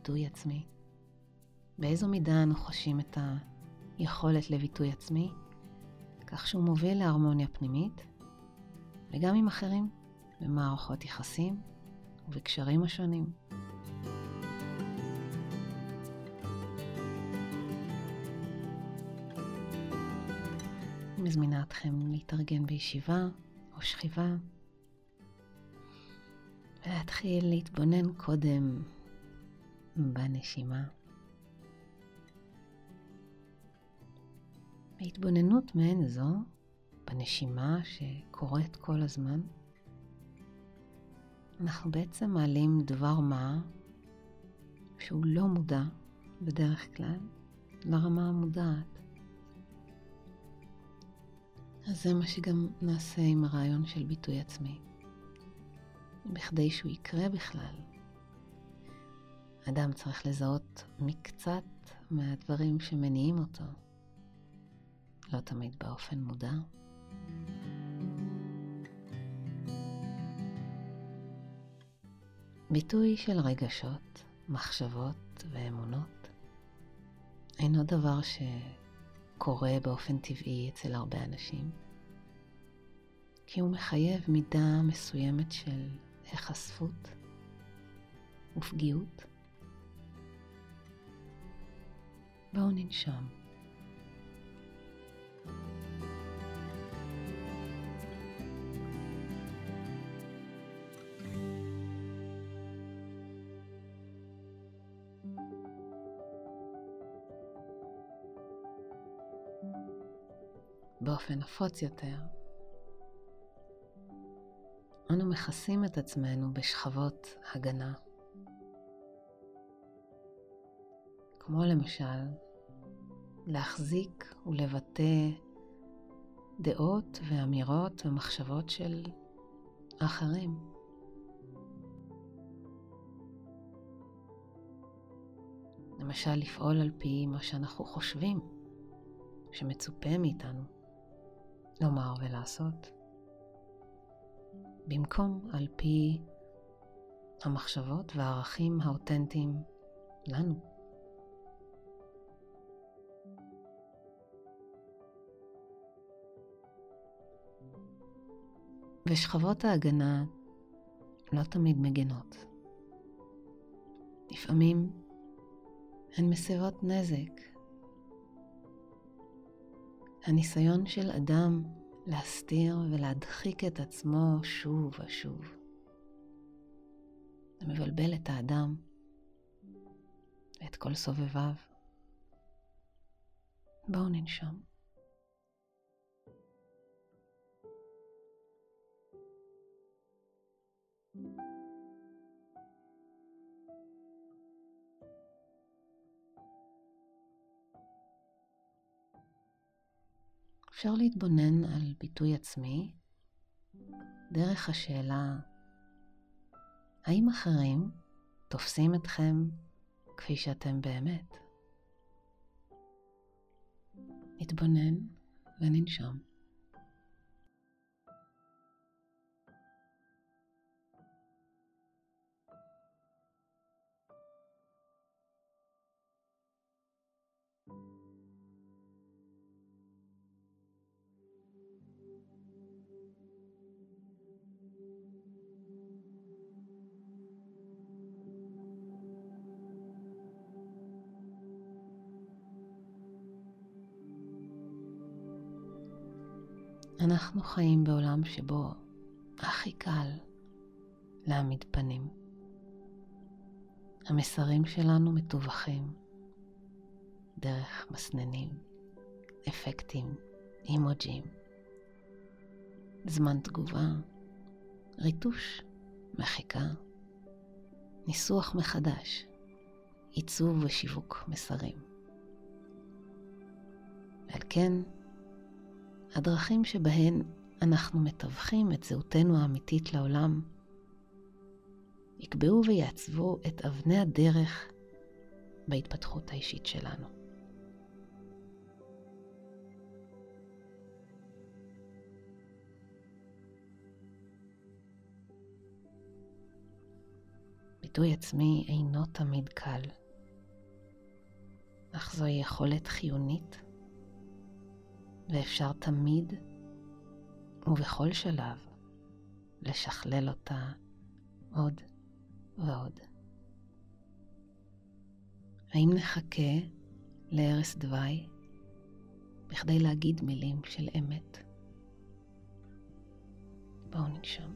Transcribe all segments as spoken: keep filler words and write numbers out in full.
ביטוי עצמי. באיזו מידה אנו חשים את היכולת לביטוי עצמי, כך שהוא מוביל להרמוניה פנימית, וגם עם אחרים, במערכות יחסים ובקשרים השונים. אני מזמינה אתכם להתארגן בישיבה או שכיבה, ולהתחיל להתבונן קודם בנשימה. בהתבוננות מעין זו, בנשימה שקורית כל הזמן, אנחנו בעצם מעלים דבר מה שהוא לא מודע בדרך כלל לרמה המודעת. אז זה מה שגם נעשה עם הרעיון של ביטוי עצמי. בכדי שהוא יקרה בכלל, אדם צריך לזהות מקצת מהדברים שמניעים אותו, לא תמיד באופן מודע. ביטוי של רגשות, מחשבות ואמונות אינו דבר שקורה באופן טבעי אצל הרבה אנשים, כי הוא מחייב מידה מסוימת של החשפות ופגיעות. בואו ננשום. באופן נפוץ יותר, אנו מכסים את עצמנו בשכבות הגנה. כמו למשל, להחזיק ולבטא דעות ואמירות ומחשבות של אחרים. למשל, לפעול על פי מה שאנחנו חושבים שמצופה מאיתנו לומר ולעשות, במקום על פי המחשבות והערכים האותנטיים לנו. ושכבות ההגנה לא תמיד מגנות. לפעמים הן מסבות נזק. הניסיון של אדם להסתיר ולהדחיק את עצמו שוב ושוב. זה מבלבל את האדם ואת כל סובביו. בואו ננשום. אפשר להתבונן על ביטוי עצמי דרך השאלה, האם אחרים תופסים אתכם כפי שאתם באמת? נתבונן וננשום. אנחנו חיים בעולם שבו הכי קל להעמיד פנים. המסרים שלנו מתווכים דרך מסננים, אפקטים, אימוג'ים, זמן תגובה, ריטוש, מחיקה, ניסוח מחדש, עיצוב ושיווק מסרים. ועל כן, הדרכים שבהן אנחנו מתווכים את זהותנו האמיתית לעולם יקבעו ויעצבו את אבני הדרך בהתפתחות האישית שלנו. ביטוי עצמי אינו תמיד קל, אך זוהי יכולת חיונית, ואפשר תמיד ובכל שלב לשכלל אותה עוד ועוד. האם נחכה לערש דווי בכדי להגיד מילים של אמת? בואו ננשום.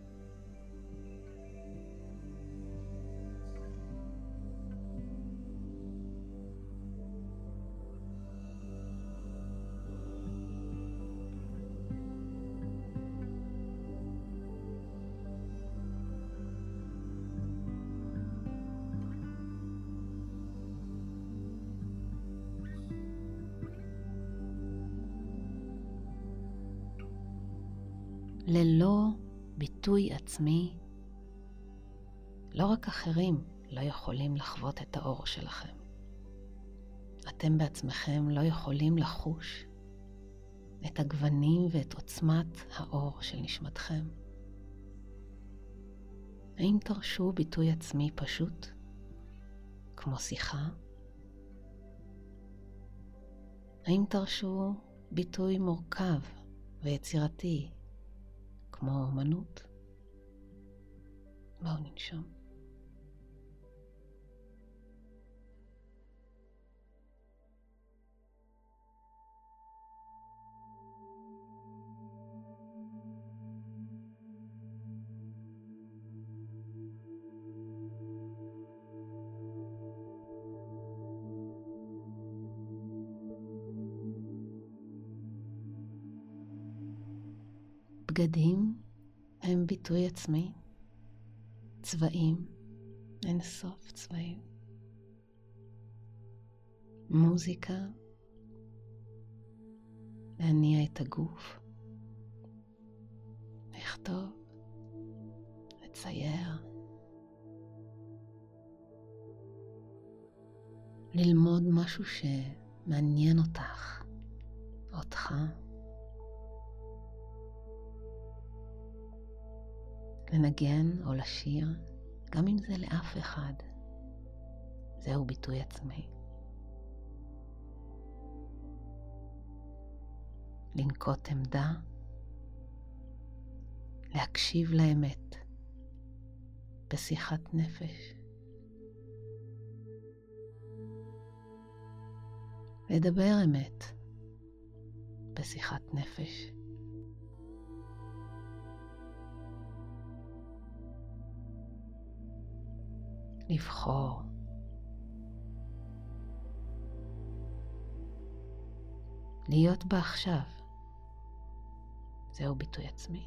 ללא ביטוי עצמי, לא רק אחרים לא יכולים לחוות את האור שלכם. אתם בעצמכם לא יכולים לחוש את הגוונים ואת עוצמת האור של נשמתכם. האם תרשו ביטוי עצמי פשוט, כמו שיחה? האם תרשו ביטוי מורכב ויצירתי, כמו אומנות? בואו ננשום. בגדים הם ביטוי עצמי, צבעים, אין סוף צבעים. מוזיקה, להניע את הגוף, לכתוב, לצייר, ללמוד משהו שמעניין אותך, אותך. לנגן או לשיר, גם אם זה לאף אחד, זהו ביטוי עצמי. לנקוט עמדה, להקשיב לאמת בשיחת נפש, לדבר אמת בשיחת נפש. לבחור, להיות בעכשיו, זהו ביטוי עצמי.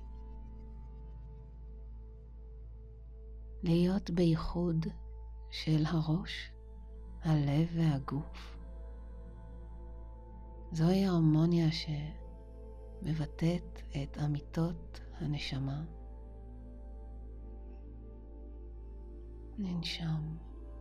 להיות בייחוד של הראש, הלב והגוף, זוהי ההרמוניה שמבטאת את אמיתות הנשמה. ננשום.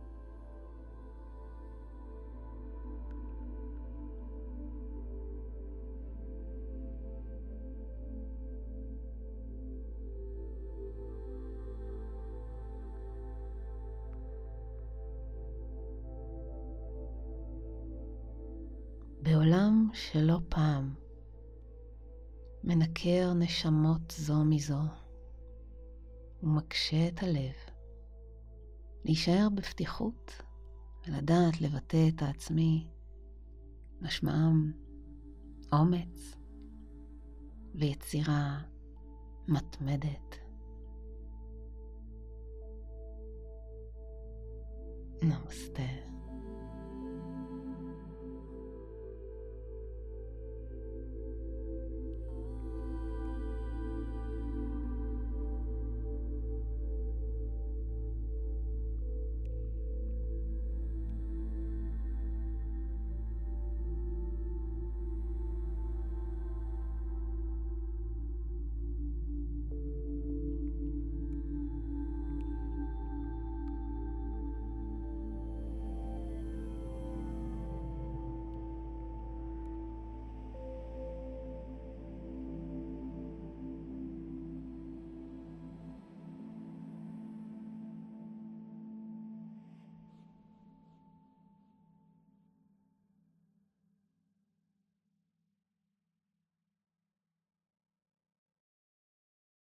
בעולם שלא פעם מנקר נשמות זו מזו ומקשה את הלב, להישאר בפתיחות ולדעת לבטא את העצמי, משמעם אומץ ויצירה מתמדת. נמסטה.